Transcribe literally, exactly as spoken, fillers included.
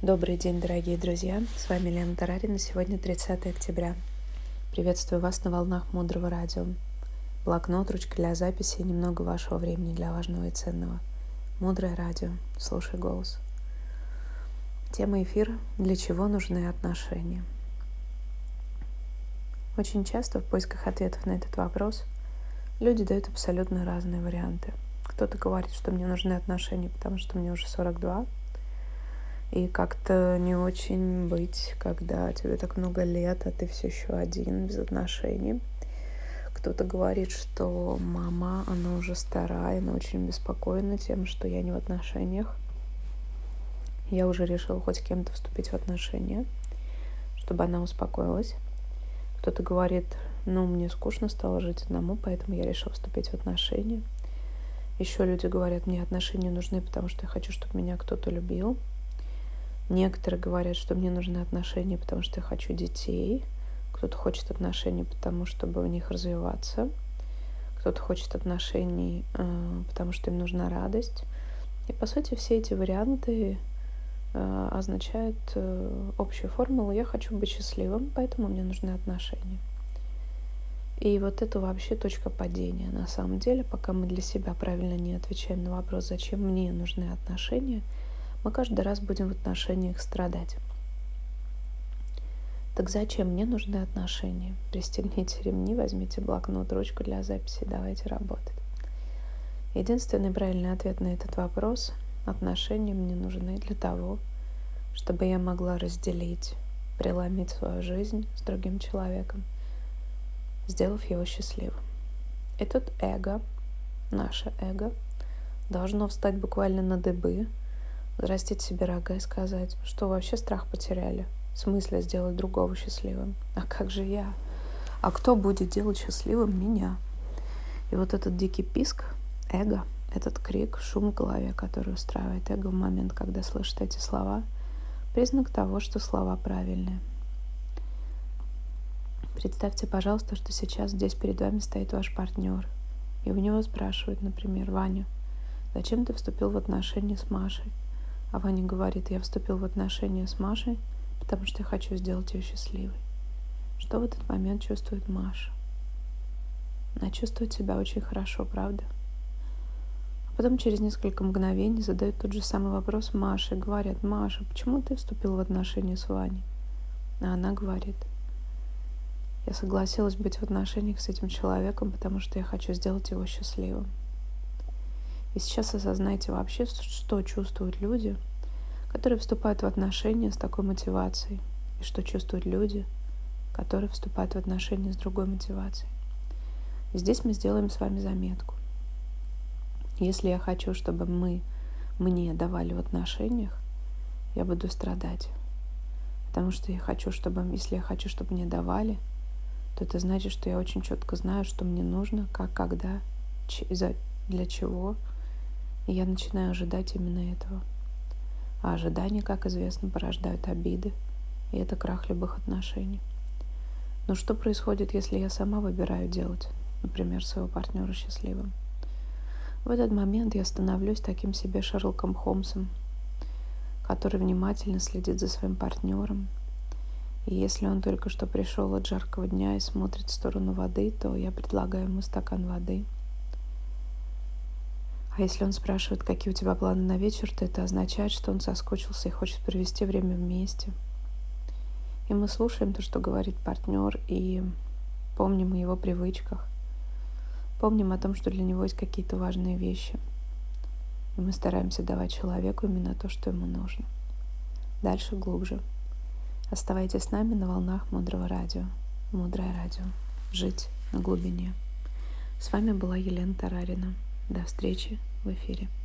Добрый день, дорогие друзья! С вами Лена Тарарина. Сегодня тридцатое октября. Приветствую вас на волнах Мудрого Радио. Блокнот, ручка для записи и немного вашего времени для важного и ценного. Мудрое Радио. Слушай голос. Тема эфира «Для чего нужны отношения?». Очень часто в поисках ответов на этот вопрос люди дают абсолютно разные варианты. Кто-то говорит, что мне нужны отношения, потому что мне уже сорок два, и как-то не очень быть, когда тебе так много лет, а ты все еще один, без отношений. Кто-то говорит, что мама, она уже старая, она очень беспокоена тем, что я не в отношениях. Я уже решила хоть с кем-то вступить в отношения, чтобы она успокоилась. Кто-то говорит, ну, мне скучно стало жить одному, поэтому я решила вступить в отношения. Еще люди говорят, мне отношения нужны, потому что я хочу, чтобы меня кто-то любил. Некоторые говорят, что мне нужны отношения, потому что я хочу детей. Кто-то хочет отношений, потому чтобы в них развиваться. Кто-то хочет отношений, потому что им нужна радость. И, по сути, все эти варианты означают общую формулу «я хочу быть счастливым, поэтому мне нужны отношения». И вот это вообще точка падения. На самом деле, пока мы для себя правильно не отвечаем на вопрос, зачем мне нужны отношения, мы каждый раз будем в отношениях страдать. Так зачем мне нужны отношения? Пристегните ремни, возьмите блокнот, ручку для записи, давайте работать. Единственный правильный ответ на этот вопрос – отношения мне нужны для того, чтобы я могла разделить, преломить свою жизнь с другим человеком, сделав его счастливым. И тут эго, наше эго, должно встать буквально на дыбы, взрастить себе рога и сказать, что вообще страх потеряли. В смысле сделать другого счастливым? А как же я? А кто будет делать счастливым меня? И вот этот дикий писк, эго, этот крик, шум в голове, который устраивает эго в момент, когда слышит эти слова, признак того, что слова правильные. Представьте, пожалуйста, что сейчас здесь перед вами стоит ваш партнер, и у него спрашивают, например, Ваня, зачем ты вступил в отношения с Машей? А Ваня говорит, я вступил в отношения с Машей, потому что я хочу сделать ее счастливой. Что в этот момент чувствует Маша? Она чувствует себя очень хорошо, правда? А потом через несколько мгновений задают тот же самый вопрос Маше. Говорят, Маша, почему ты вступил в отношения с Ваней? А она говорит, я согласилась быть в отношениях с этим человеком, потому что я хочу сделать его счастливым. И сейчас осознайте вообще, что чувствуют люди, которые вступают в отношения с такой мотивацией, и что чувствуют люди, которые вступают в отношения с другой мотивацией. И здесь мы сделаем с вами заметку. Если я хочу, чтобы мы мне давали в отношениях, я буду страдать. Потому что я хочу, чтобы, если я хочу, чтобы мне давали, то это значит, что я очень четко знаю, что мне нужно, как, когда, для чего. И я начинаю ожидать именно этого. А ожидания, как известно, порождают обиды, и это крах любых отношений. Но что происходит, если я сама выбираю делать, например, своего партнера счастливым? В этот момент я становлюсь таким себе Шерлоком Холмсом, который внимательно следит за своим партнером. И если он только что пришел от жаркого дня и смотрит в сторону воды, то я предлагаю ему стакан воды. А если он спрашивает, какие у тебя планы на вечер, то это означает, что он соскучился и хочет провести время вместе. И мы слушаем то, что говорит партнер, и помним о его привычках. Помним о том, что для него есть какие-то важные вещи. И мы стараемся давать человеку именно то, что ему нужно. Дальше глубже. Оставайтесь с нами на волнах Мудрого Радио. Мудрое Радио. Жить на глубине. С вами была Елена Тарарина. До встречи в эфире.